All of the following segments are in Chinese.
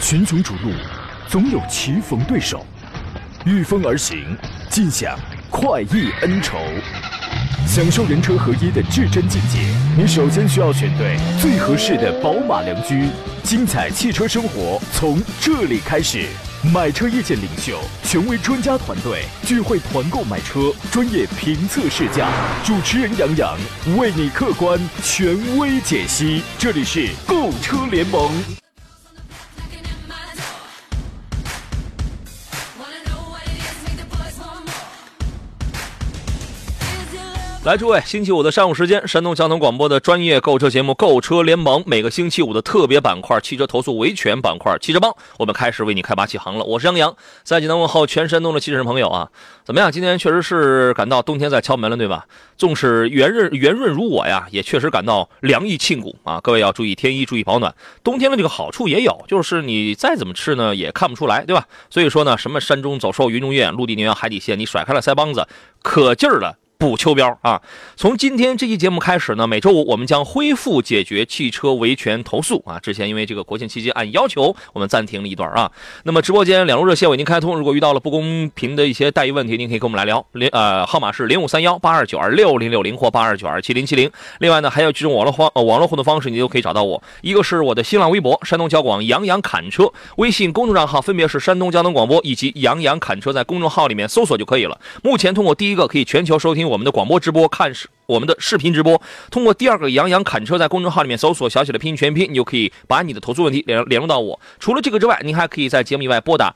群雄逐鹿，总有棋逢对手，御风而行，尽享快意恩仇。享受人车合一的至臻境界，你首先需要选对最合适的宝马良驹。精彩汽车生活从这里开始。买车意见领袖，权威专家团队聚会团购买车，专业评测试驾，主持人杨洋为你客观权威解析。这里是购车联盟。 来，诸位，星期五的上午时间，山东交通广播的专业购车节目《购车联盟》，每个星期五的特别板块汽车投诉维权板块汽车帮，我们开始为你开拔起航了。我是杨洋，在济南问候全山东的汽车人朋友啊！怎么样？今天确实是感到冬天在敲门了，对吧？纵使圆润如我呀，也确实感到凉意沁骨啊！各位要注意添衣，注意保暖。冬天的这个好处也有，就是你再怎么吃呢，也看不出来，对吧？所以说呢，什么山中走兽云中雁，陆地牛羊海底鲜，你甩开了腮帮子，可劲儿的补秋膘啊！从今天这期节目开始呢，每周五我们将恢复解决汽车维权投诉啊。之前因为这个国庆期间按要求我们暂停了一段啊。那么直播间两路热线为您开通，如果遇到了不公平的一些待遇问题，您可以跟我们来聊。号码是053182926060或82927070。另外呢，还有几种网络互动方式，你都可以找到我。一个是我的新浪微博山东交广杨洋侃车，微信公众账号分别是山东交通广播以及杨洋侃车，在公众号里面搜索就可以了。目前通过第一个可以全球收听我们的广播直播，看我们的视频直播。通过第二个杨洋侃车，在公众号里面搜索小写的拼音全拼，你就可以把你的投诉问题联络到我。除了这个之外，您还可以在节目以外拨打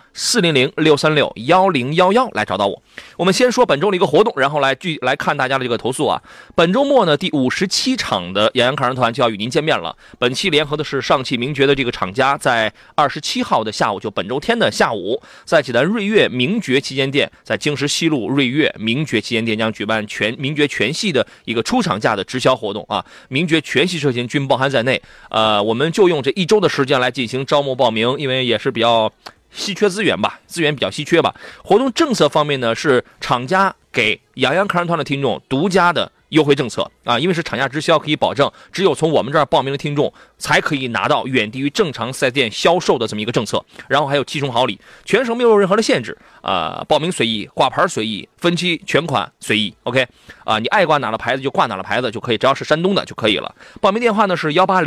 400-636-1011来找到我。我们先说本周的一个活动，然后来看大家的这个投诉啊。本周末呢，第57场的杨洋侃车团就要与您见面了。本期联合的是上汽名爵的这个厂家，在27号的下午，就本周天的下午，在济南瑞悦名爵旗舰店，在京石西路瑞悦名爵旗舰店将举办名爵全系的一个出厂价的直销活动啊，名爵全系车型均包含在内。我们就用这一周的时间来进行招募报名，因为也是比较稀缺资源吧，资源比较稀缺吧。活动政策方面呢，是厂家给杨洋侃车团的听众独家的优惠政策啊，因为是厂家直销，可以保证只有从我们这儿报名的听众才可以拿到远低于正常4S店销售的这么一个政策。然后还有7重好礼，全省没有任何的限制报名随意，挂牌随意，分期全款随意。OK 你爱挂哪个牌子就挂哪个牌子就可以，只要是山东的就可以了。报名电话呢是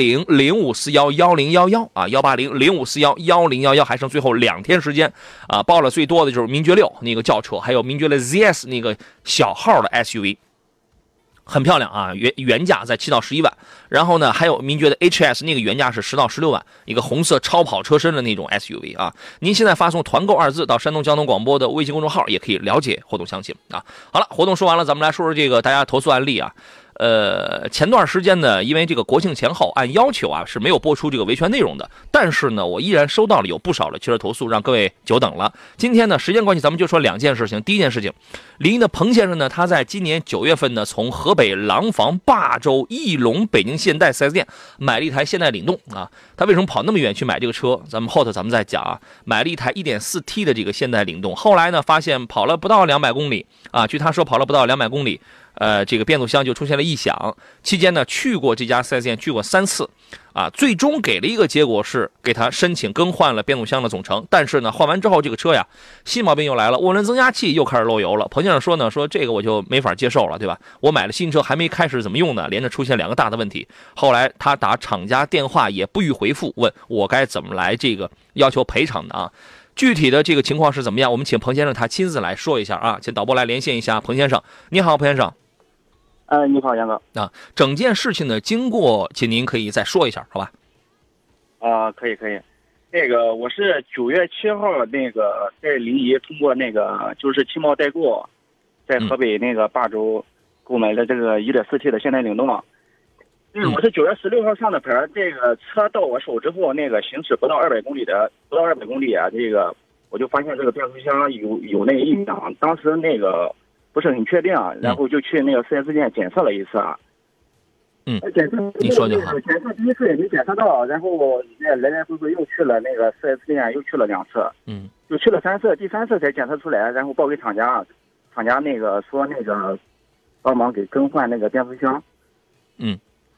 180-0541-1011啊，180-0541-1011，还剩最后2天时间啊。报了最多的就是名爵6那个轿车，还有名爵的 ZS 那个小号的 SUV。很漂亮啊，原价在7到11万，然后呢，还有名爵的 HS 那个原价是10到16万，一个红色超跑车身的那种 SUV 啊。您现在发送团购2字到山东交通广播的微信公众号，也可以了解活动详情啊。好了，活动说完了，咱们来说说这个大家投诉案例啊。前段时间呢，因为这个国庆前后按要求啊是没有播出这个维权内容的，但是呢，我依然收到了有不少的汽车投诉，让各位久等了。今天呢，时间关系，咱们就说2件事情。第一件事情，临沂的彭先生呢，他在今年9月份呢，从河北廊坊霸州翼龙北京现代 4S 店买了一台现代领动啊。他为什么跑那么远去买这个车？咱们后头再讲啊。买了一台 1.4T 的这个现代领动，后来呢，发现跑了不到200公里啊，据他说跑了不到200公里。这个变速箱就出现了异响，期间呢去过这家 4S 店去过3次啊，最终给了一个结果是给他申请更换了变速箱的总成，但是呢换完之后这个车呀新毛病又来了，涡轮增压器又开始漏油了。彭先生说呢，说这个我就没法接受了，对吧？我买了新车还没开始怎么用呢，连着出现2个大的问题。后来他打厂家电话也不予回复，问我该怎么来这个要求赔偿的啊。具体的这个情况是怎么样，我们请彭先生他亲自来说一下啊，请导播来连线一下彭先生。你好，彭先生。 你好，杨哥啊，整件事情的经过，请您可以再说一下，好吧？ 可以。那个我是9月7号那个在临沂通过那个就是汽贸代购，在河北那个霸州购买了这个 1.4T 的现代领动。我是9月16号上的牌，这个车到我手之后，那个行驶不到200公里啊，这个我就发现这个变速箱有那个异响，当时那个不是很确定，然后就去那个 4S 店检测了一次。检测你说就好。 检测第一次也没检测到，然后来回又去了那个 4S 店，又去了2次，就去了3次，第3次才检测出来，然后报给厂家，厂家那个说那个帮忙给更换那个变速箱。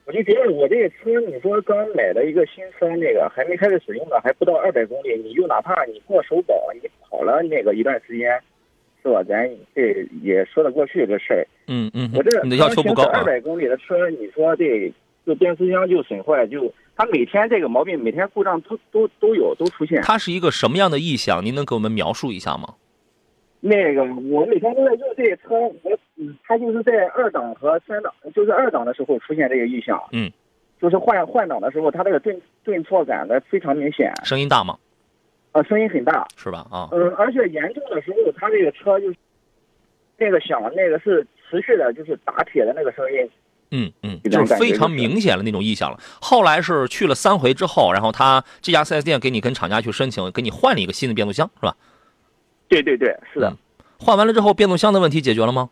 我就觉得我这个车，你说刚买的一个新车，那个还没开始使用呢，还不到200公里，你就哪怕你过首保，你跑了那个一段时间，是吧？咱这也说得过去这事儿。我这你的要求不高啊。 200公里的车，你说这变速箱就损坏，就它每天这个毛病，每天故障都出现。 它是一个什么样的异响？您能给我们描述一下吗？ 那个我每天都在用这个车，它就是在2档和3档，就是2档的时候出现这个异响。就是换挡的时候，它这个顿挫感的非常明显。 声音大吗？ 声音很大， 是吧？ 而且严重的时候，它这个车就是那个响，那个是持续的，就是打铁的那个声音。 就是非常明显的那种异响了。后来是去了3回之后，然后这家 4S 店给你跟厂家去申请，给你换了一个新的变速箱，是吧？ 对，是的。 换完了之后，变速箱的问题解决了吗？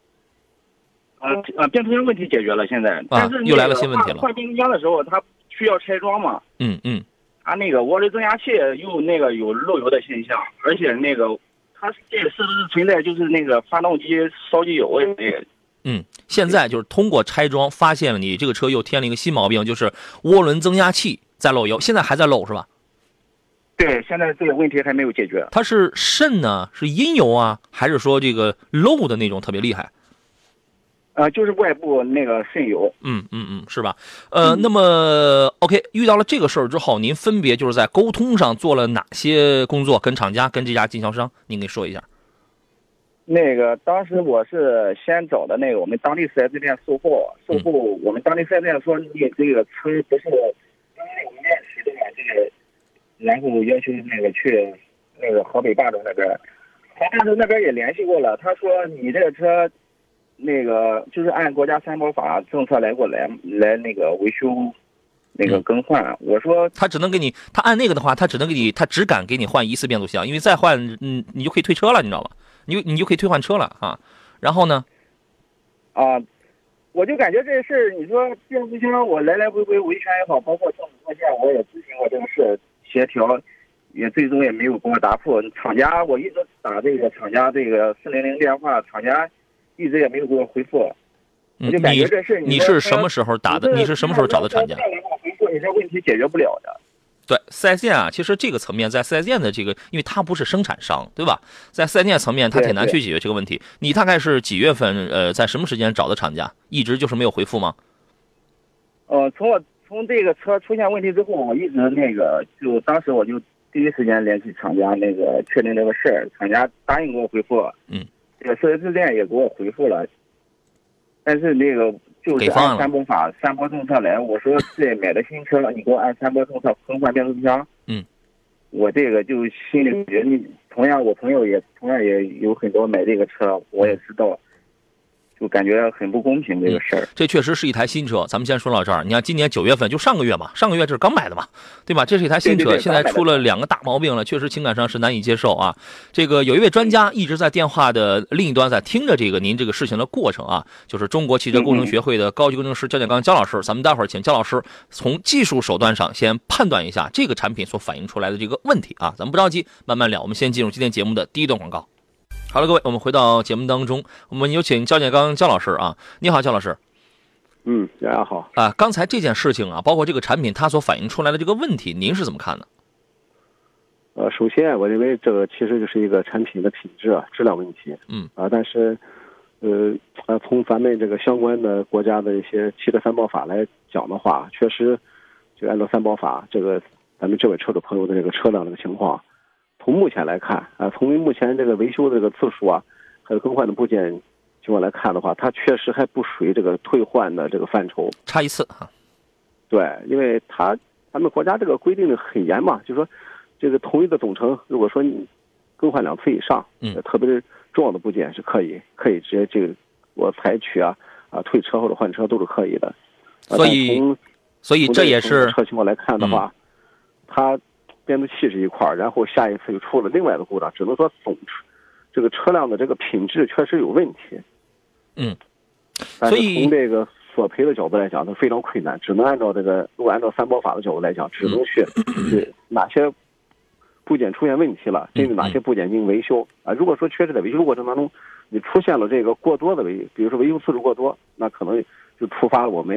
变速箱问题解决了，现在。但是又来了新问题了。 换变速箱的时候，它需要拆装嘛？它那个涡轮增压器又有漏油的现象，而且那个它这个是不是存在就是那个发动机烧机油那个？ 现在就是通过拆装发现了你这个车又添了一个新毛病，就是涡轮增压器在漏油，现在还在漏是吧？ 对，现在这个问题还没有解决。 它是渗呢，是阴油啊，还是说这个漏的那种特别厉害？ 就是外部那个渗油。 是吧？那么 OK， 遇到了这个事儿之后，您分别就是在沟通上做了哪些工作？跟厂家、跟这家经销商，您给说一下。 那个当时我是先找的那个我们当地 4S 店售后，我们当地 4S 店说你这个车不是我们验车的嘛，这个，然后要求那个去那个河北霸州那边，霸州那边也联系过了，他说你这个车，那个就是按国家3包法政策来那个维修，那个更换。我说他只能给你，他按那个的话，他只敢给你换1次变速箱，因为再换，你就可以退车了，你知道吧？你就可以退换车了啊。然后呢？ 我就感觉这事儿，你说变速箱我来回维权也好，包括政府各线我也咨询过这个事，协调，也最终也没有给我答复。厂家我一直打这个厂家这个400电话，厂家一直也没有给我回复。我就感觉这事你是什么时候打的？你是什么时候找的厂家？ 回复你这问题解决不了的。 对，4S 店啊，其实这个层面在 4S 店的这个，因为它不是生产商，对吧？在 4S 店层面，它挺难去解决这个问题。你大概是几月份在什么时间找的厂家？一直就是没有回复吗？ 从这个车出现问题之后，我一直那个当时我就第一时间联系厂家那个确定这个事儿，厂家答应给我回复。这个4S 店也给我回复了，但是那个。就是按3包法3包政策来，我说这买的新车，你给我按3包政策更换变速箱。我这个就心里觉得，同样我朋友也有很多买这个车，我也知道，就感觉很不公平这个事儿。 这确实是一台新车，咱们先说到这儿。你看今年9月份，就上个月嘛，上个月这是刚买的嘛，对吧？这是一台新车，现在出了2个大毛病了，确实情感上是难以接受啊。这个有一位专家一直在电话的另一端在听着您这个事情的过程啊，就是中国汽车工程学会的高级工程师焦建刚焦老师，咱们待会儿请焦老师从技术手段上先判断一下这个产品所反映出来的这个问题啊。咱们不着急，慢慢聊，我们先进入今天节目的第一段广告。好了，各位，我们回到节目当中，我们有请焦建刚焦老师啊。你好，焦老师。 大家好啊。刚才这件事情啊，包括这个产品它所反映出来的这个问题，您是怎么看的？ 首先我认为这个其实就是一个产品的品质质量问题。但是从咱们这个相关的国家的一些汽车3包法来讲的话，确实就按照3包法，这个咱们这位车主朋友的这个车辆这个情况，从目前来看从目前这个维修的这个次数还有更换的部件情况来看的话，它确实还不属于这个退换的这个范畴， 差1次对，因为咱们国家这个规定的很严嘛，就是说这个统一的总成，如果说你更换2次以上，特别是重要的部件是可以直接这个我采取退车或者换车都是可以的。 所以这也是车情况来看的话，它变速器是一块，然后下一次又出了另外的故障，只能说这个车辆的这个品质确实有问题。但是从这个索赔的角度来讲，它非常困难，只能如果按照3包法的角度来讲，只能去哪些部件出现问题了，针对哪些部件进行维修如果说确实在维修过程当中，你出现了这个过多的比如说维修次数过多，那可能就触发了我们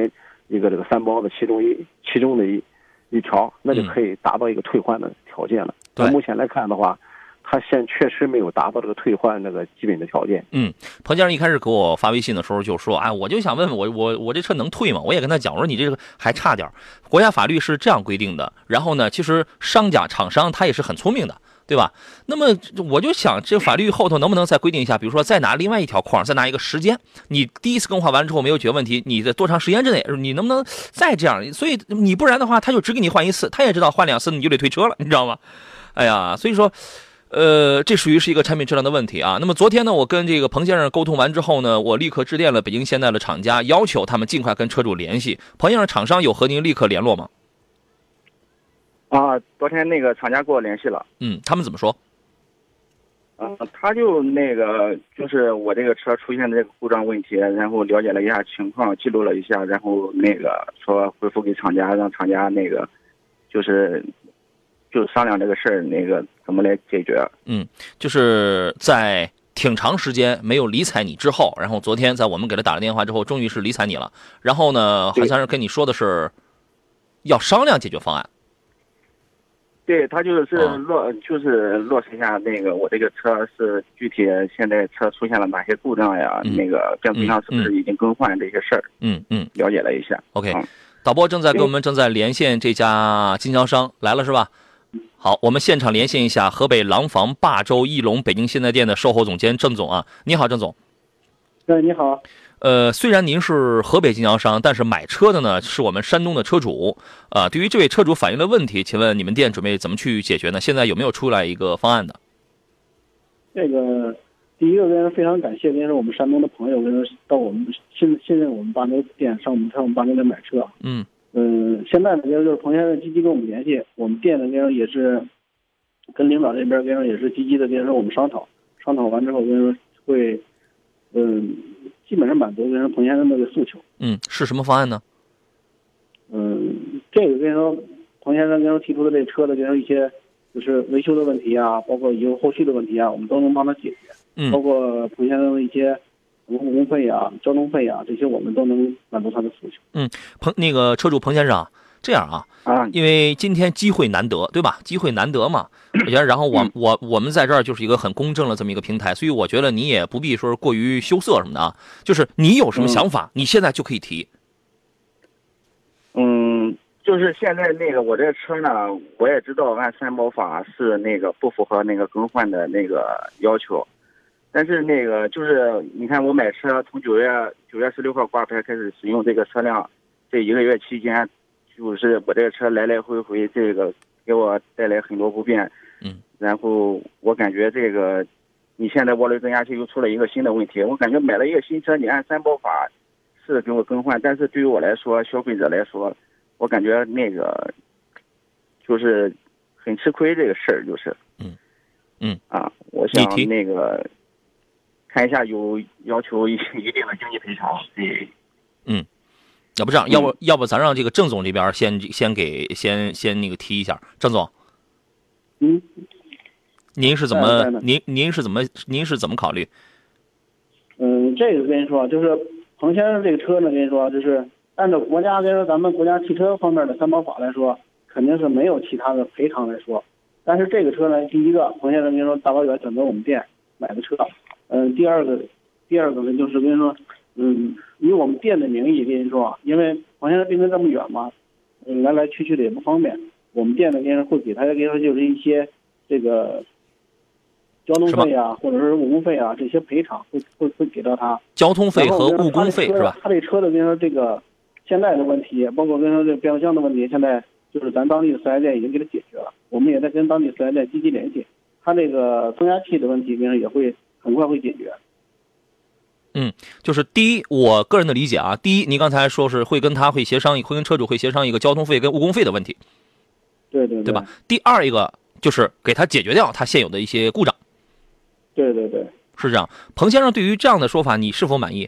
这个三包的其中的一条，那就可以达到一个退换的条件了。但目前来看的话，他现确实没有达到这个退换那个基本的条件。 彭先生一开始给我发微信的时候就说，我就想问问我这车能退吗？我也跟他讲，我说你这个还差点，国家法律是这样规定的。然后呢，其实厂商他也是很聪明的，对吧？那么我就想，这个法律后头能不能再规定一下，比如说再拿另外一条框，再拿一个时间，你第一次更换完之后没有解决问题，你在多长时间之内，你能不能再这样？所以你不然的话，他就只给你换一次，他也知道换2次你就得退车了，你知道吗？哎呀，所以说。这属于是一个产品质量的问题啊。那么昨天呢，我跟这个彭先生沟通完之后呢，我立刻致电了北京现代的厂家，要求他们尽快跟车主联系。彭先生，厂商有和您立刻联络吗？ 昨天那个厂家跟我联系了。 他们怎么说？ 他就就是我这个车出现的这个故障问题，然后了解了一下情况，记录了一下，然后说回复给厂家，让厂家就商量这个事儿，怎么来解决？ 就是在挺长时间没有理睬你之后，然后昨天在我们给他打了电话之后，终于是理睬你了。然后呢，好像是跟你说的是要商量解决方案。 对，他就是落实一下我这个车是具体现在车出现了哪些故障呀？变速箱是不是已经更换这些事儿？了解了一下。 OK，导播正在跟我们连线这家经销商来了是吧？好，我们现场连线一下河北廊坊霸州翼龙北京现代店的售后总监郑总啊，你好，郑总。 你好。 虽然您是河北经销商，但是买车的呢是我们山东的车主啊。对于这位车主反映的问题，请问你们店准备怎么去解决呢？现在有没有出来一个方案的？ 第一个非常感谢我们山东的朋友到我们信任我们霸州店上我们霸州店买车。现在呢就是彭先生积极跟我们联系，我们店也是跟领导这边也是积极的我们商讨完之后会基本上满足彭先生的诉求。 是什么方案呢？ 这个彭先生提出的这车的一些就是维修的问题啊，包括以后后续的问题啊，我们都能帮他解决。包括彭先生的一些误工费啊、交通费啊，这些我们都能满足他的诉求。 车主彭先生，这样啊，因为今天机会难得，对吧？机会难得嘛，我觉得，然后我们在这儿就是一个很公正的这么一个平台，所以我觉得你也不必说过于羞涩什么的啊，就是你有什么想法，你现在就可以提。 就是现在我这个车呢，我也知道按三包法是不符合更换的要求，但是就是你看我买车从9月16号挂牌开始使用这个车辆，这1个月期间，就是我这个车来来回回给我带来很多不便。然后我感觉你现在涡轮增压器又出了一个新的问题，我感觉买了一个新车，你按三包法是给我更换，但是对于我来说，消费者来说，我感觉就是很吃亏这个事儿，就是我想看一下有要求一定的经济赔偿。 要不这样，要不咱让这个郑总这边先提一下，郑总。您是怎么考虑？ 这个就是彭先生这个车呢，就是按照国家咱们国家汽车方面的三包法来说，肯定是没有其他的赔偿来说。但是这个车呢，第一个彭先生大老远选择我们店买的车，第二个呢就是以我们店的名义因为彭先生毕竟这么远嘛，来来去去的也不方便，我们店呢会给他就是一些交通费啊，或者是误工费啊，这些赔偿会给到他。 交通费和误工费是吧？ 他这车的现在的问题，包括这变速箱的问题，现在就是咱当地的4S店已经给他解决了，我们也在跟当地4S店积极联系，他这个增压器的问题也会很快会解决。 就是第一，我个人的理解啊，第一，您刚才说是会跟车主会协商一个交通费跟误工费的问题，对吧？第二一个就是给他解决掉他现有的一些故障， 对， 是这样。彭先生对于这样的说法，你是否满意？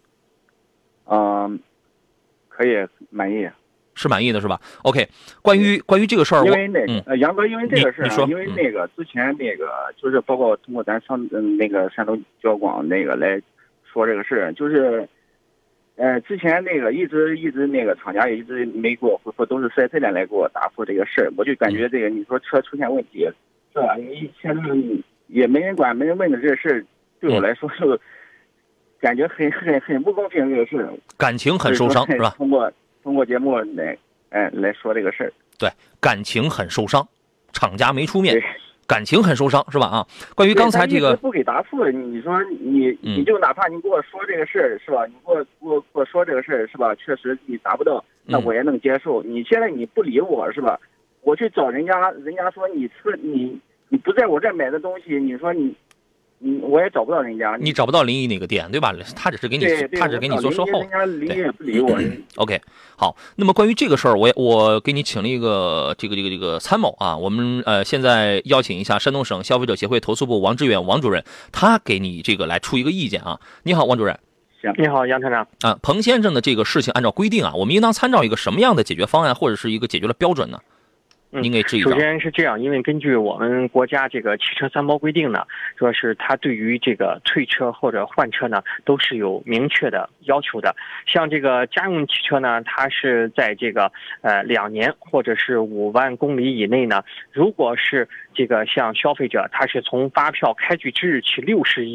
可以满意， 是满意的是吧 ？OK， 关于这个事儿， 因为杨哥，因为这个事儿，因为之前就是包括通过咱山东交广来说这个事儿，就是之前那个一直那个厂家也一直没给我回复，都是4S店来给我答复这个事儿。我就感觉这个你说车出现问题，是吧？你现在也没人管，没人问的这个事儿，对我来说是感觉很不公平这个事儿， 感情很受伤是吧？ 通过节目来说这个事儿， 对，感情很受伤，厂家没出面。感情很受伤是吧？啊，关于刚才这个不给答复，你说你就哪怕你给我说这个事儿是吧？你给我说这个事儿是吧？确实你达不到，那我也能接受。你现在你不理我是吧？我去找人家说你不在我这儿买的东西，你说我也找不到人家， 你找不到临沂那个店对吧？他只是给你做售后， 人家临沂也不理我。 OK， 好，那么关于这个事儿，我给你请了一个这个参谋啊，我们现在邀请一下山东省消费者协会投诉部王志远王主任，他给你这个来出一个意见啊。你好，王主任。 你好，杨团长。 啊，彭先生的这个事情，按照规定啊，我们应当参照一个什么样的解决方案，或者是一个解决的标准呢？您给指一首先是这样，因为根据我们国家这个汽车三包规定呢，说是它对于这个退车或者换车呢，都是有明确的要求的。像这个家用汽车呢，它是在这个2年或者是5万公里以内呢，如果是这个像消费者他是从发票开具之日起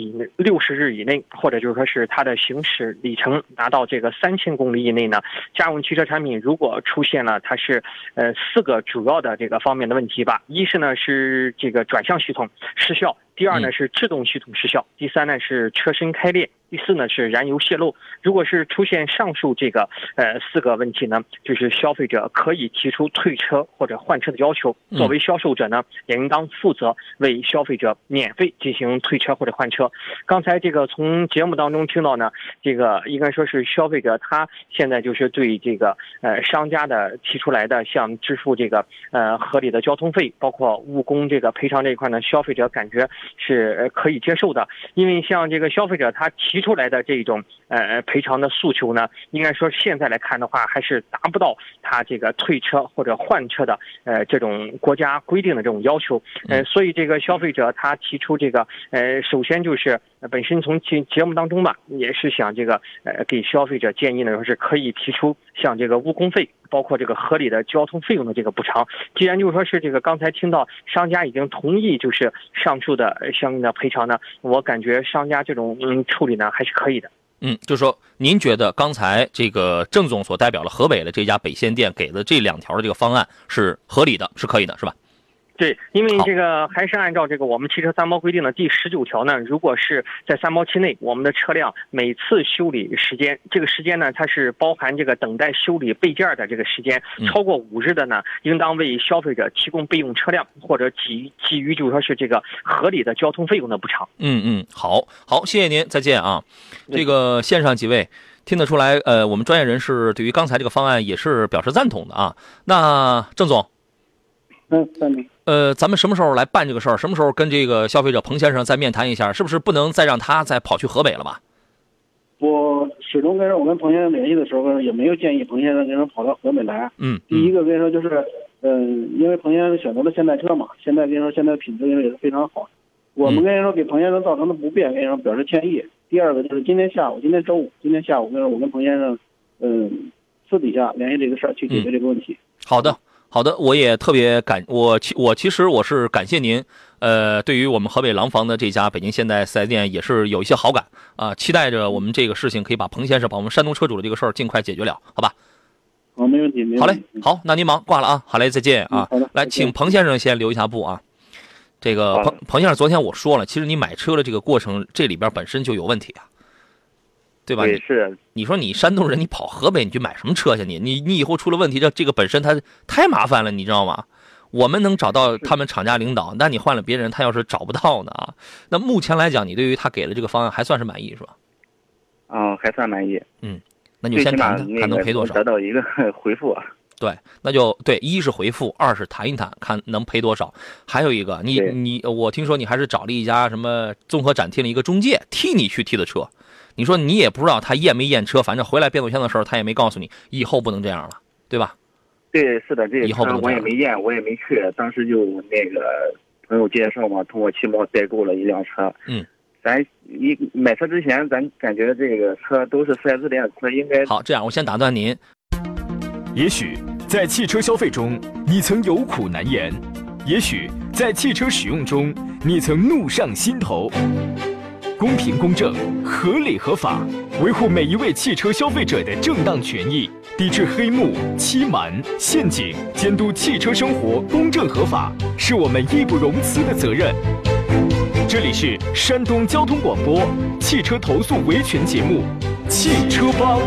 60日以内，或者就是说是他的行驶里程达到这个3000公里以内呢，家用汽车产品如果出现了它是4个主要的这个方面的问题吧。一是呢是这个转向系统失效，第二呢是制动系统失效，第三呢是车身开裂，第四呢是燃油泄漏。如果是出现上述这个4个问题呢，就是消费者可以提出退车或者换车的要求。作为销售者呢，也应当负责为消费者免费进行退车或者换车。刚才这个从节目当中听到呢，这个应该说是消费者他现在就是对这个商家的提出来的像支付这个合理的交通费，包括误工这个赔偿这一块呢，消费者感觉是可以接受的。因为像这个消费者他提出来的这种赔偿的诉求呢，应该说现在来看的话，还是达不到他这个退车或者换车的这种国家规定的这种要求。所以这个消费者他提出这个首先就是本身从节目当中吧，也是想这个给消费者建议呢，说是可以提出像这个误工费，包括这个合理的交通费用的这个补偿。既然就是说是这个刚才听到商家已经同意就是上述的相应的赔偿呢，我感觉商家这种处理呢还是可以的。 就是说您觉得刚才这个郑总所代表了河北的这家北线店给的这2条的这个方案是合理的，是可以的，是吧？ 对，因为这个还是按照这个我们汽车三包规定的第19条呢，如果是在3包期内，我们的车辆每次修理时间，这个时间呢，它是包含这个等待修理备件的这个时间，超过5日的呢，应当为消费者提供备用车辆或者给予就是说是这个合理的交通费用的补偿。 好，谢谢您，再见啊。这个线上几位听得出来，我们专业人士对于刚才这个方案也是表示赞同的啊。那郑总， 赞同。 咱们什么时候来办这个事儿？什么时候跟这个消费者彭先生再面谈一下？是不是不能再让他再跑去河北了吧？ 我始终我跟彭先生联系的时候，也没有建议彭先生跟人跑到河北来。第一个跟你说就是，因为彭先生选择了现代车嘛，现在跟你说现在的品质也是非常好。我们跟你说给彭先生造成的不便，跟你说表示歉意。第二个就是今天周五，今天下午跟你说我跟彭先生，私底下联系这个事儿去解决这个问题。 好的，我也特别其实我是感谢您，对于我们河北廊坊的这家北京现代4S店也是有一些好感啊，期待着我们这个事情可以把彭先生把我们山东车主的这个事儿尽快解决了，好吧？ 好，没问题。 好嘞，好，那您忙挂了啊，好嘞，再见啊。 好的， 来，请彭先生先留一下步啊。这个彭先生，昨天我说了，其实你买车的这个过程，这里边本身就有问题啊。对吧？ 对，是。 你说你山东人，你跑河北，你去买什么车去？你以后出了问题，这个本身它太麻烦了，你知道吗？我们能找到他们厂家领导，但你换了别人，他要是找不到呢啊。那目前来讲，你对于他给的这个方案还算是满意是吧？ 还算满意。 那就先谈谈，看能赔多少。 得到一个回复啊。 对，那就对，一是回复，二是谈一谈，看能赔多少。还有一个，我听说你还是找了一家什么综合展厅的一个中介替你去提的车。你说你也不知道他验没验车，反正回来变速箱的时候他也没告诉你，以后不能这样了，对吧？ 对，是的，这个以后我也没验，我也没去，当时就那个朋友介绍嘛，通过汽贸代购了一辆车。 咱买车之前，咱感觉这个车都是 4S 店的车，应该好。这样，我先打断您。 也许在汽车消费中，你曾有苦难言；也许在汽车使用中，你曾怒上心头。公平公正，合理合法，维护每一位汽车消费者的正当权益，抵制黑幕、欺瞒、陷阱，监督汽车生活公正合法，是我们义不容辞的责任。这里是山东交通广播汽车投诉维权节目《汽车帮》。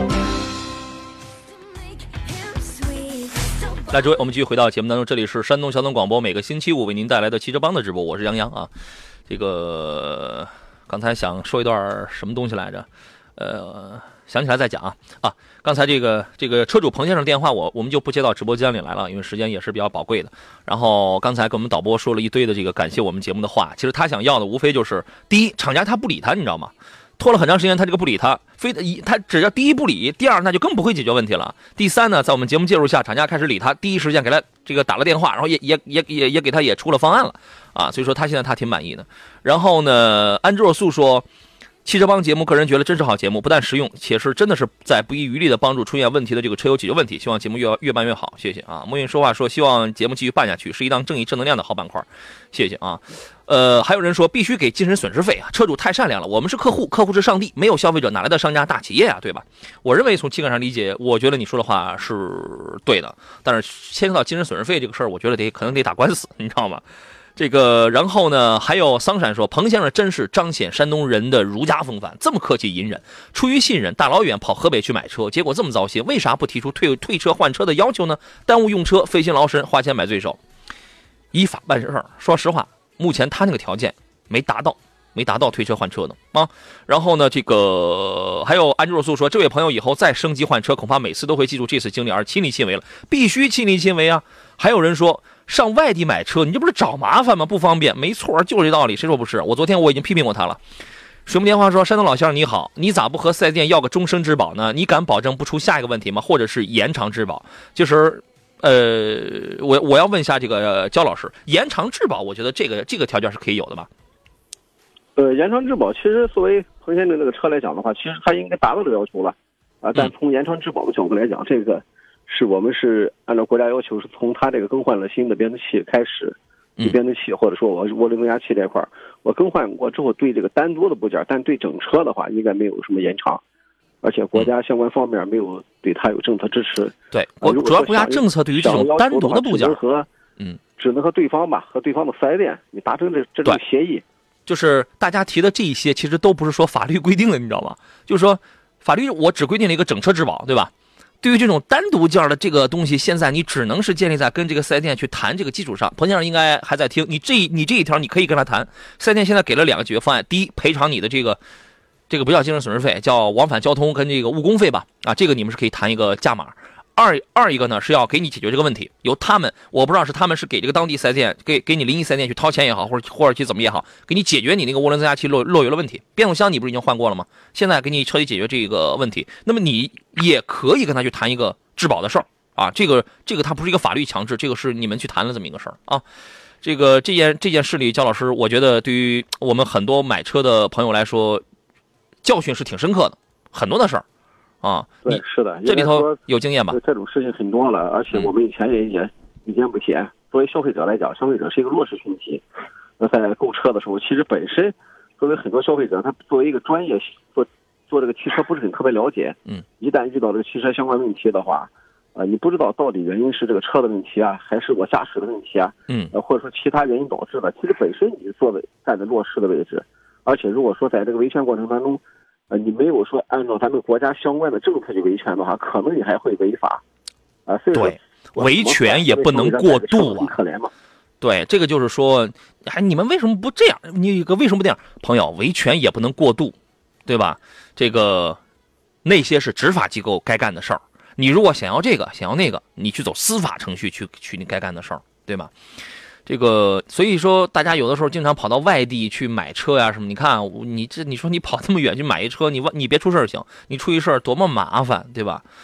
来，诸位，我们继续回到节目当中，这里是山东交通广播，每个星期五为您带来的汽车帮的直播，我是杨洋啊。这个刚才想说一段什么东西来着？想起来再讲啊。刚才这个车主彭先生电话我们就不接到直播间里来了，因为时间也是比较宝贵的。然后刚才跟我们导播说了一堆的这个感谢我们节目的话，其实他想要的无非就是第一，厂家他不理他，你知道吗？拖了很长时间，他这个不理他，他只要第一不理，第二那就更不会解决问题了。第三呢，在我们节目介入下，厂家开始理他，第一时间给他这个打了电话，然后也给他也出了方案了啊，所以说他现在挺满意的。然后呢，安之若素说，汽车帮节目个人觉得真是好节目，不但实用，且是真的是在不遗余力的帮助出现问题的这个车友解决问题，希望节目越办越好，谢谢啊。莫云说话说希望节目继续办下去，是一档正义正能量的好板块，谢谢啊。还有人说必须给精神损失费啊，车主太善良了，我们是客户，客户是上帝，没有消费者哪来的商家大企业啊，对吧？我认为从情感上理解，我觉得你说的话是对的，但是牵扯到精神损失费这个事儿，我觉得可能得打官司，你知道吗？这个，然后呢，还有桑闪说，彭先生真是彰显山东人的儒家风范，这么客气隐忍，出于信任，大老远跑河北去买车，结果这么糟心，为啥不提出退车换车的要求呢？耽误用车，费心劳神，花钱买罪受，依法办事儿。说实话，目前他那个条件没达到退车换车的啊。然后呢，这个还有安之若素说，这位朋友以后再升级换车，恐怕每次都会记住这次经历而亲力亲为了，必须亲力亲为啊。还有人说，上外地买车，你这不是找麻烦吗？不方便，没错，就是这道理，谁说不是？昨天我已经批评过他了。水木电话说，山东老先生你好，你咋不和4S店要个终身质保呢？你敢保证不出下一个问题吗？或者是延长质保？就是我要问一下这个焦老师，延长质保，我觉得这个条件是可以有的吧？ 延长质保，其实作为彭先生那个车来讲的话，其实他应该达到这个要求了啊。但从延长质保的角度来讲，这个是我们是按照国家要求，是从他这个更换了新的变速器开始，变速器或者说我涡轮增压器这块我更换过之后，对这个单独的部件，但对整车的话，应该没有什么延长，而且国家相关方面没有对他有政策支持。 对，主要国家政策对于这种单独的部件， 只能和对方吧，和对方的4S店你达成这种协议。 就是大家提的这一些，其实都不是说法律规定的，你知道吗？就是说法律我只规定了一个整车质保，对吧？对于这种单独件的这个东西，现在你只能是建立在跟这个4S店去谈这个基础上。彭先生应该还在听，你这一条你可以跟他谈。4S店现在给了2个解决方案，第一，赔偿你的这个不叫精神损失费，叫往返交通跟这个误工费吧，啊，这个你们是可以谈一个价码。二一个呢是要给你解决这个问题，由他们，我不知道是他们是给这个当地4S店给你临沂4S店去掏钱也好，或者去怎么也好，给你解决你那个涡轮增压器漏油的问题。变速箱你不是已经换过了吗？现在给你彻底解决这个问题，那么你也可以跟他去谈一个质保的事儿啊。这个它不是一个法律强制，这个是你们去谈了这么一个事儿啊。这件事里，焦老师，我觉得对于我们很多买车的朋友来说，教训是挺深刻的，很多的事儿。啊， 对，是的， 这里头有经验吧？ 这种事情很多了，而且我们以前也屡见不鲜。作为消费者来讲，消费者是一个弱势群体。在购车的时候，其实本身作为很多消费者，他作为一个专业做这个汽车不是很特别了解。一旦遇到这个汽车相关问题的话，你不知道到底原因是这个车的问题啊，还是我驾驶的问题啊？或者说其他原因导致的。其实本身你站在弱势的位置，而且如果说在这个维权过程当中，你没有说按照咱们国家相关的政策去维权的话，可能你还会违法啊。所以说对，维权也不能过度啊。 可怜嘛。 对，这个就是说，你们为什么不这样？你为什么不这样？朋友，维权也不能过度，对吧？这个那些是执法机构该干的事儿。你如果想要这个，想要那个，你去走司法程序去你该干的事儿，对吧？这个，所以说大家有的时候经常跑到外地去买车呀什么，你看你说你跑这么远去买一车，你别出事儿行，你出一事儿多么麻烦，对吧？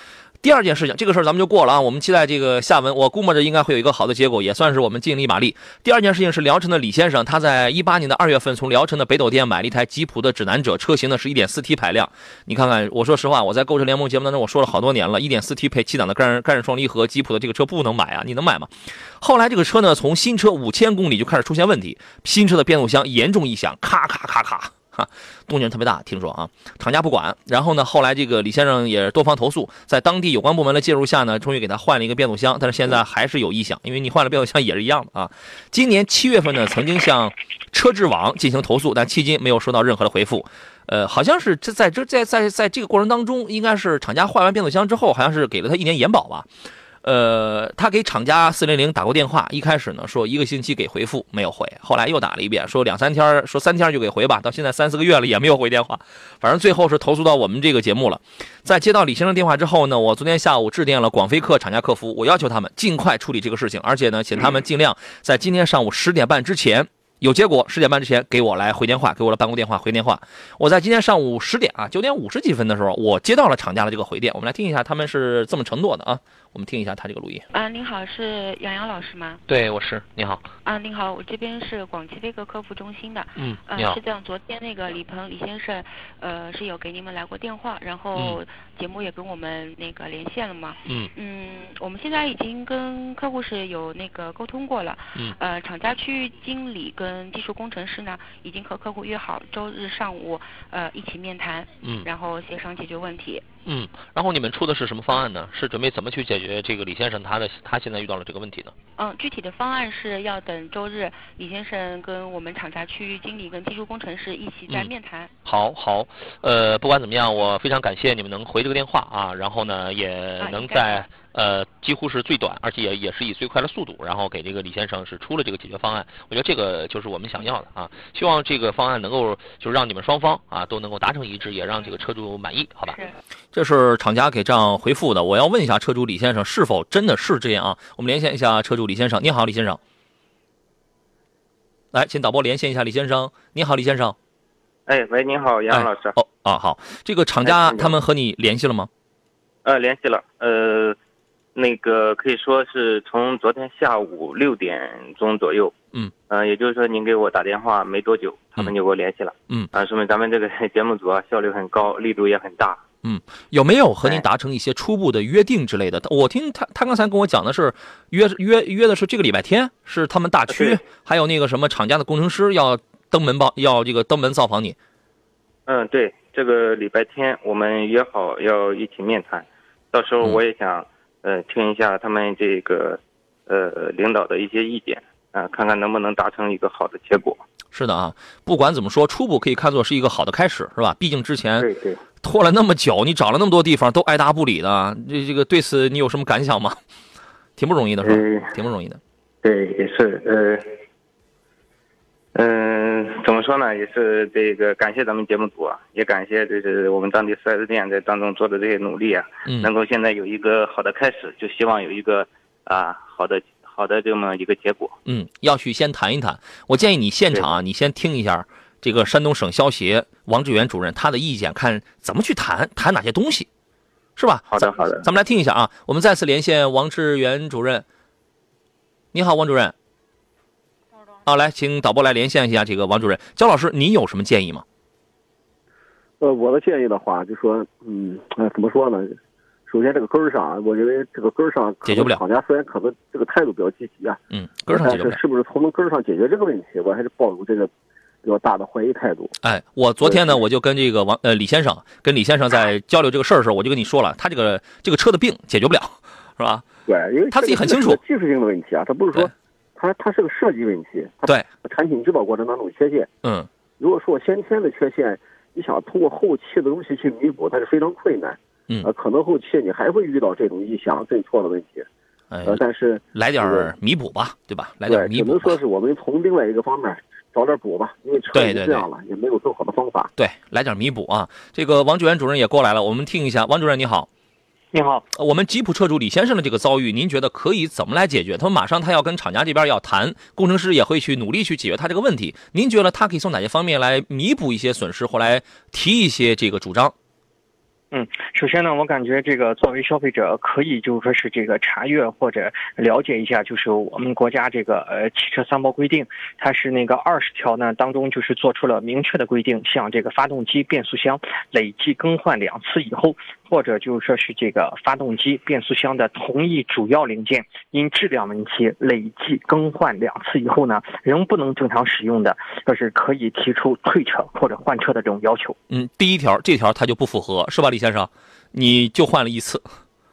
第二件事情，这个事儿咱们就过了啊，我们期待这个下文，我估摸着应该会有一个好的结果，也算是我们尽了一把力。第二件事情是聊城的李先生，他在18年的2月份从聊城的北斗店买了一台吉普的指南者，车型呢是 1.4T 排量。你看看，我说实话，我在购车联盟节目当中我说了好多年了， 1.4T 配7档的干式双离合，吉普的这个车不能买啊，你能买吗？后来这个车呢，从新车5000公里就开始出现问题，新车的变速箱严重异响，咔咔咔咔。动静特别大，听说啊，厂家不管。然后呢，后来这个李先生也多方投诉，在当地有关部门的介入下呢，终于给他换了一个变速箱，但是现在还是有异响，因为你换了变速箱也是一样的啊。今年7月份呢，曾经向车质网进行投诉，但迄今没有收到任何的回复。好像是在这个过程当中，应该是厂家换完变速箱之后，好像是给了他1年延保吧。他给厂家400打过电话，一开始呢说1个星期给回复，没有回，后来又打了一遍，说2-3天，说3天就给回吧，到现在3-4个月了也没有回电话，反正最后是投诉到我们这个节目了。在接到李先生电话之后呢，我昨天下午致电了广飞客厂家客服，我要求他们尽快处理这个事情，而且呢，请他们尽量在今天上午10点半之前有结果，10点半之前给我来回电话，给我的办公电话回电话。我在今天上午10点啊，9点50几分的时候，我接到了厂家的这个回电，我们来听一下他们是这么承诺的啊。我们听一下他这个录音。 您好，是杨老师吗？ 对，我是。你好。 您好，我这边是广汽飞客客服中心的。 你好。 是这样，昨天那个李先生，是有给你们来过电话，然后节目也跟我们那个连线了嘛。我们现在已经跟客户是有那个沟通过了。厂家区域经理跟技术工程师呢，已经和客户约好周日上午一起面谈。然后协商解决问题。 然后你们出的是什么方案呢？是准备怎么去解决这个李先生他现在遇到了这个问题呢？ 具体的方案是要等周日李先生跟我们厂家区域经理跟技术工程师一起在面谈。好， 不管怎么样，我非常感谢你们能回这个电话啊，然后呢也能在几乎是最短，而且也是以最快的速度，然后给这个李先生是出了这个解决方案。我觉得这个就是我们想要的啊，希望这个方案能够就让你们双方啊都能够达成一致，也让这个车主满意，好吧？这是厂家给这样回复的。我要问一下车主李先生，是否真的是这样啊？我们连线一下车主李先生。你好，李先生。来，请导播连线一下李先生。你好，李先生。 喂，你好，杨老师。 好，这个厂家他们和你联系了吗？ 联系了。那个可以说是从昨天下午6点钟左右。也就是说您给我打电话没多久，他们就给我联系了。说明咱们这个节目组效率很高，力度也很大。 有没有和您达成一些初步的约定之类的？我听他刚才跟我讲的是约的是这个礼拜天，是他们大区还有那个什么厂家的工程师要登门造访你。 对，这个礼拜天我们约好要一起面谈，到时候我也想听一下他们这个领导的一些意见看看能不能达成一个好的结果。 是的啊，不管怎么说，初步可以看作是一个好的开始，是吧？毕竟之前对拖了那么久，你找了那么多地方都爱答不理的，这个对此你有什么感想吗？挺不容易的，是吧？挺不容易的。 对，也是怎么说呢？也是这个感谢咱们节目组啊，也感谢就是我们当地4S店在当中做的这些努力啊，能够现在有一个好的开始，就希望有一个好的这么一个结果。 要去先谈一谈。我建议你现场你先听一下这个山东省消协王志远主任他的意见，看怎么去谈哪些东西，是吧？ 好的， 咱们来听一下啊。我们再次连线王志远主任。你好，王主任。来，请导播来连线一下这个王主任。焦老师，你有什么建议吗？ 我的建议的话，就说，怎么说呢？首先，这个根儿上，我认为这个根儿上解决不了。 厂家虽然可能这个态度比较积极啊， 根儿上解决不了。 是不是从根儿上解决这个问题？我还是抱有这个比较大的怀疑态度。 我昨天呢，我就跟这个李先生在交流这个事儿的时候，我就跟你说了，他这个车的病解决不了，是吧？ 对，因为他自己很清楚技术性的问题啊，他不是说它是个设计问题， 对， 产品制造过程当中有缺陷。如果说先天的缺陷，你想通过后期的东西去弥补，它是非常困难。可能后期你还会遇到这种异响、震错的问题。但是来点弥补吧，对吧？来点弥补。 只能说是我们从另外一个方面找点补吧，因为车已经这样了，也没有更好的方法。 对，来点弥补啊！这个王志远主任也过来了，我们听一下。王主任你好。 你好， 我们吉普车主李先生的这个遭遇，您觉得可以怎么来解决？他马上要跟厂家这边要谈，工程师也会去努力去解决他这个问题。您觉得他可以从哪些方面来弥补一些损失，或来提一些这个主张？ 首先呢，我感觉这个作为消费者可以就是说是这个查阅或者了解一下，就是我们国家这个汽车三包规定，它是那个20条呢当中就是做出了明确的规定，像这个发动机、变速箱累计更换2次以后，或者就是说是这个发动机、变速箱的同一主要零件因质量问题累计更换2次以后呢，仍不能正常使用的，就是可以提出退车或者换车的这种要求。 第一条这条它就不符合，是吧，李先生？你就换了1次。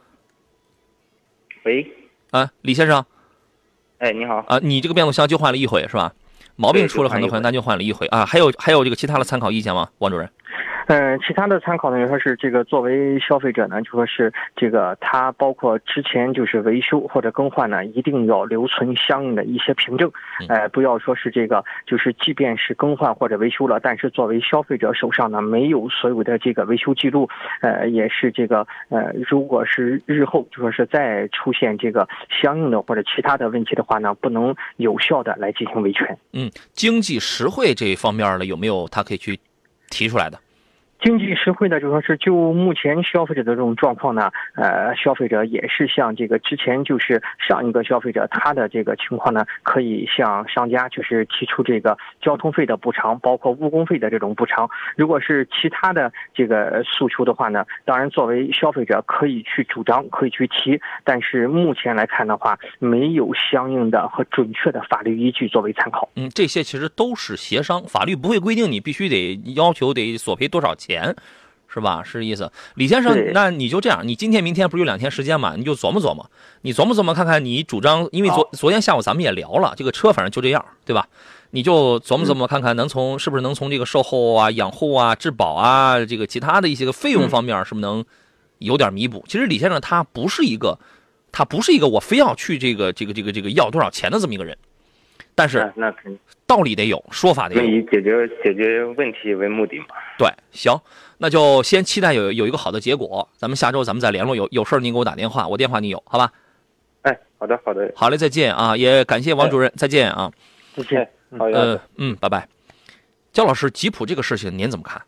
喂， 李先生。 你好。 你这个变速箱就换了1回是吧？毛病出了很多回，那就换了1回啊。还有这个其他的参考意见吗，王主任？ 其他的参考呢，就说是这个作为消费者呢，就说是这个它包括之前就是维修或者更换呢，一定要留存相应的一些凭证，不要说是这个就是即便是更换或者维修了，但是作为消费者手上呢没有所有的这个维修记录，也是这个如果是日后就说是再出现这个相应的或者其他的问题的话呢，不能有效的来进行维权。 经济实惠这一方面的有没有他可以去提出来的？ 经济实惠的就说是就目前消费者的这种状况呢，消费者也是像这个之前就是上一个消费者他的这个情况呢，可以向商家就是提出这个交通费的补偿，包括误工费的这种补偿。如果是其他的这个诉求的话呢，当然作为消费者可以去主张，可以去提，但是目前来看的话，没有相应的和准确的法律依据作为参考。 这些其实都是协商，法律不会规定你必须得要求得索赔多少钱。是吧？是意思。李先生，那你就这样，你今天明天不是有2天时间嘛？你就琢磨琢磨，你琢磨琢磨看看，你主张，因为昨天下午咱们也聊了，这个车反正就这样，对吧？你就琢磨琢磨看看，是不是能从这个售后啊、养护啊、质保啊，这个其他的一些个费用方面，是不是能有点弥补？其实李先生他不是一个我非要去这个要多少钱的这么一个人。但是那肯定道理得有，说法得有， 以解决问题为目的嘛。 对，行，那就先期待有一个好的结果。咱们下周咱们再联络，有事您给我打电话，我电话你有，好吧？ 好的， 好嘞，再见啊！也感谢王主任，再见啊！ 再见。 好的， 拜拜。焦老师，吉普这个事情您怎么看？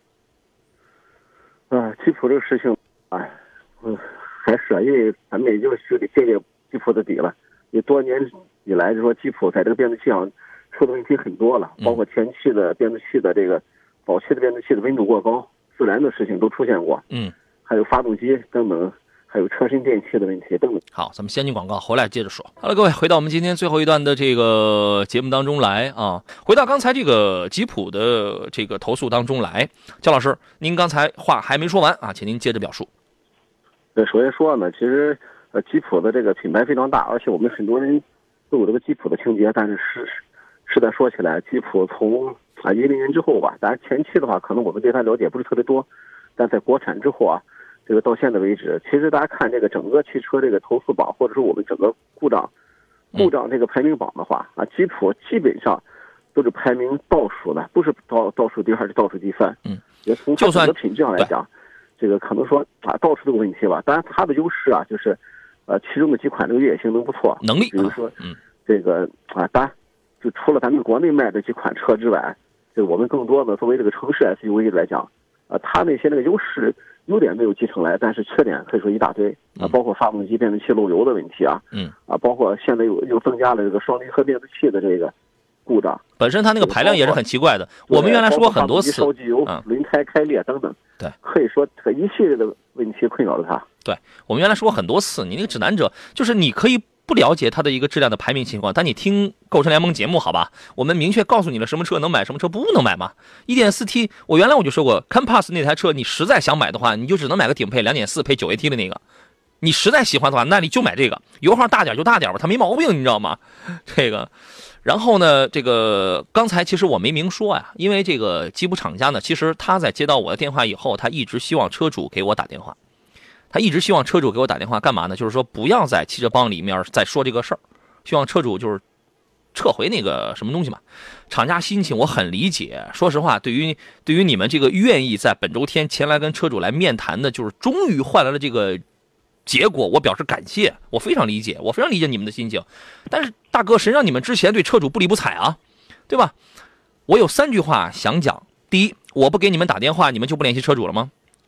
吉普这个事情，还是因为咱们也就是得借鉴吉普的底了，也多年以来就说吉普在这个变速器上出的问题很多了，包括前期的变速器的这个早期的变速器的温度过高、自燃的事情都出现过，还有发动机等等，还有车身电器的问题等等。 好，咱们先进广告，回来接着说。好了，各位，回到我们今天最后一段的这个节目当中来啊。回到刚才这个吉普的这个投诉当中来，焦老师，您刚才话还没说完啊，请您接着表述。 首先说呢，其实吉普的这个品牌非常大，而且我们很多人都有这个吉普的情节，但是实在说起来，吉普从10年之后吧，当然前期的话，可能我们对它了解不是特别多，但在国产之后啊，这个到现在为止，其实大家看这个整个汽车这个投诉榜，或者说我们整个故障这个排名榜的话吉普基本上都是排名倒数的，不是倒数第2，是倒数第3。也从它整个品质上来讲，这个可能说倒数这个问题吧。当然它的优势就是其中的几款这个越野性能不错， 能力， 比如说这个当然就除了咱们国内卖的几款车之外，这个我们更多的作为这个城市 SUV 来讲，它那些那个优点没有继承来，但是缺点可以说一大堆包括发动机、变速器漏油的问题包括现在又增加了这个双离合变速器的这个故障， 本身它那个排量也是很奇怪的。我们原来说过很多次， 烧机油、轮胎开裂等等， 对， 可以说这一系列的问题困扰着它。 对，我们原来说过很多次，你那个指南者就是你可以不了解它的一个质量的排名情况，但你听购车联盟节目好吧，我们明确告诉你了什么车能买，什么车不能买嘛。1.4T， 我原来就说过 Compass 那台车，你实在想买的话，你就只能买个顶配2.4配 9AT 的那个。你实在喜欢的话，那你就买这个，油耗大点就大点吧，它没毛病，你知道吗？这个，然后呢，这个刚才其实我没明说呀，因为这个吉普厂家呢，其实他在接到我的电话以后，他一直希望车主给我打电话，干嘛呢？就是说不要在汽车帮里面再说这个事儿，希望车主就是撤回那个什么东西嘛。厂家心情我很理解，说实话，对于你们这个愿意在本周天前来跟车主来面谈的，就是终于换来了这个结果，我表示感谢，我非常理解你们的心情。但是大哥，谁让你们之前对车主不理不睬啊，对吧？我有3句话想讲。第一，我不给你们打电话，你们就不联系车主了吗？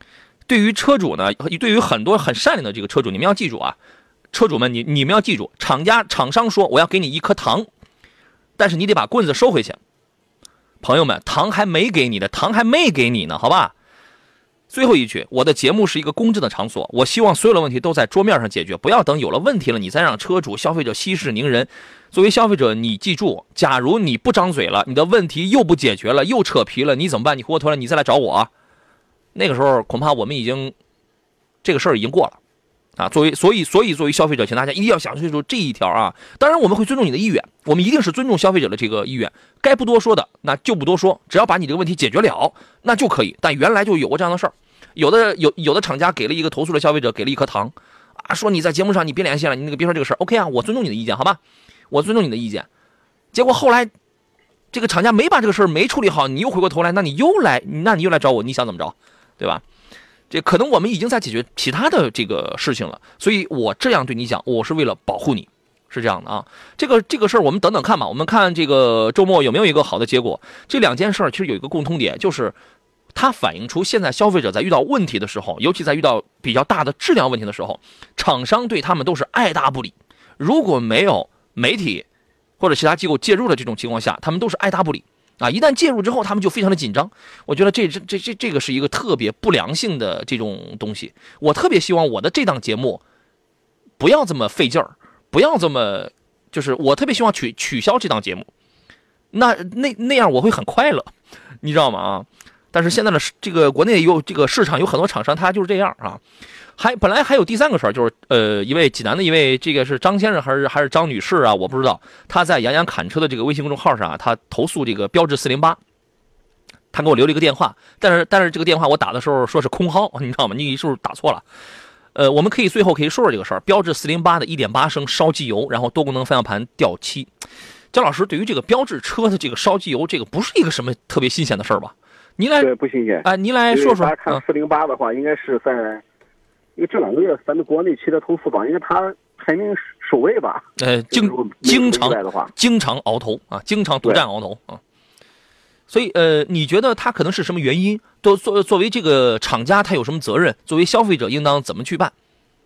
对于车主呢，对于很多很善良的这个车主，你们要记住啊，车主们你们要记住，厂商说我要给你1颗糖，但是你得把棍子收回去。朋友们，糖还没给你呢，好吧？最后一句，我的节目是一个公正的场所，我希望所有的问题都在桌面上解决，不要等有了问题了你再让车主消费者息事宁人。作为消费者，你记住，假如你不张嘴了，你的问题又不解决了，又扯皮了，你怎么办？你回过头来你再来找我，那个时候恐怕我们这个事儿已经过了啊。所以作为消费者，请大家一定要想清楚这一条啊。当然我们会尊重你的意愿，我们一定是尊重消费者的这个意愿，该不多说的那就不多说，只要把你这个问题解决了那就可以。但原来就有过这样的事儿，有的厂家给了一个投诉的消费者给了1颗糖啊，说你在节目上你别联系了，你那个别说这个事儿 OK 啊，我尊重你的意见，好吧，我尊重你的意见。结果后来这个厂家没把这个事儿没处理好，你又回过头来，那你又来找我，你想怎么着，对吧？这可能我们已经在解决其他的这个事情了，所以我这样对你讲，我是为了保护你，是这样的啊。这个事儿我们等等看吧，我们看这个周末有没有一个好的结果。这2件事儿其实有一个共通点，就是它反映出现在消费者在遇到问题的时候，尤其在遇到比较大的质量问题的时候，厂商对他们都是爱答不理。如果没有媒体或者其他机构介入的这种情况下，他们都是爱答不理啊！一旦介入之后，他们就非常的紧张。我觉得这个是一个特别不良性的这种东西。我特别希望我的这档节目不要这么费劲儿，不要这么，就是我特别希望取消这档节目，那样我会很快乐，你知道吗？啊！但是现在的这个国内这个市场有很多厂商，他就是这样啊。本来还有第3个事儿，就是一位济南的一位，这个是张先生还是张女士啊，我不知道。他在杨洋侃车的这个微信公众号上啊，他投诉这个标致408，他给我留了一个电话，但是这个电话我打的时候说是空号，你知道吗？你是不是打错了？我们最后可以说说这个事儿。标致408的1.8升烧机油，然后多功能方向盘掉漆。姜老师，对于这个标致车的这个烧机油，这个不是一个什么特别新鲜的事儿吧？ 对，不新鲜。 您来说说。 大家看408的话，应该是在因为这2个月咱们国内汽车投诉榜，因为它排名首位吧。 经常熬头啊，经常独占鳌头啊。所以你觉得它可能是什么原因？作为这个厂家，它有什么责任？作为消费者，应当怎么去办？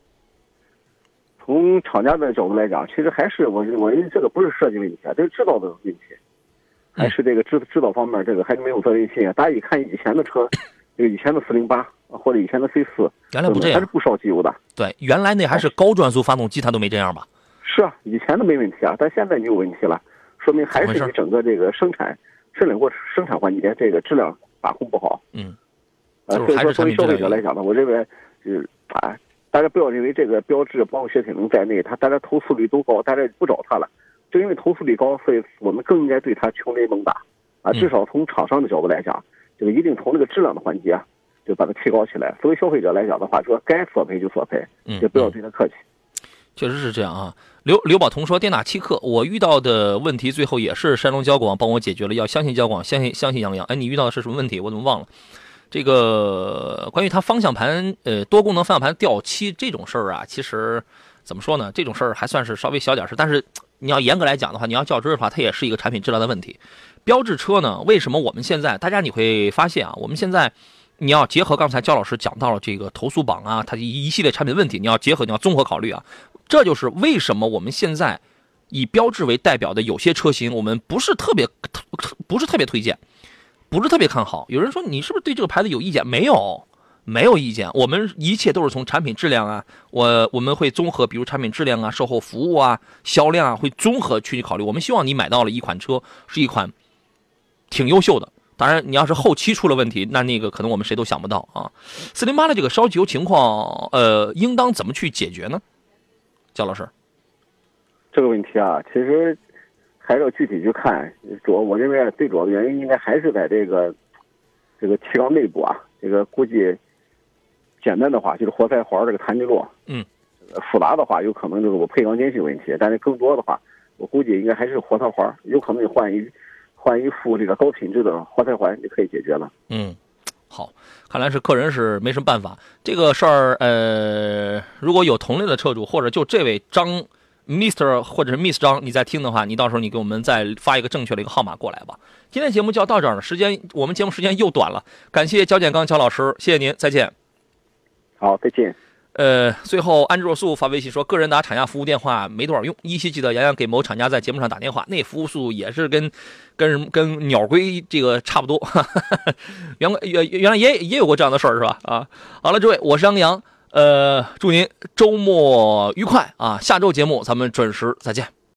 从厂家的角度来讲，其实还是我认为这个不是设计问题啊，这是制造的问题，还是这个制造方面这个还是没有责任心啊。大家一看以前的车，这个以前的408或者以前的 C4， 原来不这样， 还是不烧机油的。 对，原来那还是高转速发动机，它都没这样吧？ 是啊，以前的没问题啊，但现在就有问题了，说明还是你整个这个生产环节这个质量把控不好。所以说作为消费者来讲呢，我认为大家不要认为这个标致包括雪铁龙在内，大家投诉率都高，大家不找他了。正因为投诉率高，所以我们更应该对他穷追猛打啊！至少从厂商的角度来讲，这个一定从这个质量的环节就把它提高起来。作为消费者来讲的话，说该索赔就索赔，也不要对他客气。 确实是这样啊。刘宝彤说，电打7克，我遇到的问题最后也是山东交广帮我解决了，要相信交广，相信杨洋。你遇到的是什么问题？我怎么忘了？这个关于它方向盘多功能方向盘掉漆这种事儿啊，其实怎么说呢？这种事儿还算是稍微小点事，但是你要严格来讲的话，你要较真的话，它也是一个产品质量的问题。标致车呢，为什么我们现在大家你会发现啊，我们现在你要结合刚才焦老师讲到了这个投诉榜啊，它一系列产品问题，你要结合，你要综合考虑啊。这就是为什么我们现在以标致为代表的有些车型，我们不是特别推荐，不是特别看好。有人说你是不是对这个牌子有意见？没有意见，我们一切都是从产品质量啊，我们会综合，比如产品质量啊、售后服务啊、销量啊，会综合去考虑。我们希望你买到了一款车是一款挺优秀的。当然，你要是后期出了问题，那个可能我们谁都想不到啊。408的这个烧机油情况，应当怎么去解决呢？焦老师， 这个问题啊，其实还是要具体去看。我认为最主要的原因应该还是在这个气缸内部啊。这个估计简单的话就是活塞环这个弹力络，复杂的话有可能就是我配缸间隙问题，但是更多的话，我估计应该还是活塞环，有可能换一副这个高品质的活塞环就可以解决了。 好，看来是个人是没什么办法。这个事儿，如果有同类的车主，或者就这位张 Mr 或者是 Miss 张，你在听的话，你到时候你给我们再发一个正确的一个号码过来吧。今天节目就要到这儿了，我们节目时间又短了，感谢焦建刚焦老师，谢谢您，再见。 好，再见。 最后安之若素发微信说，个人打厂家服务电话没多少用，依稀记得杨洋给某厂家在节目上打电话，那服务速度也是跟鸟龟这个差不多。原来也有过这样的事儿是吧？啊，好了，诸位，我是杨洋，祝您周末愉快啊！下周节目咱们准时再见。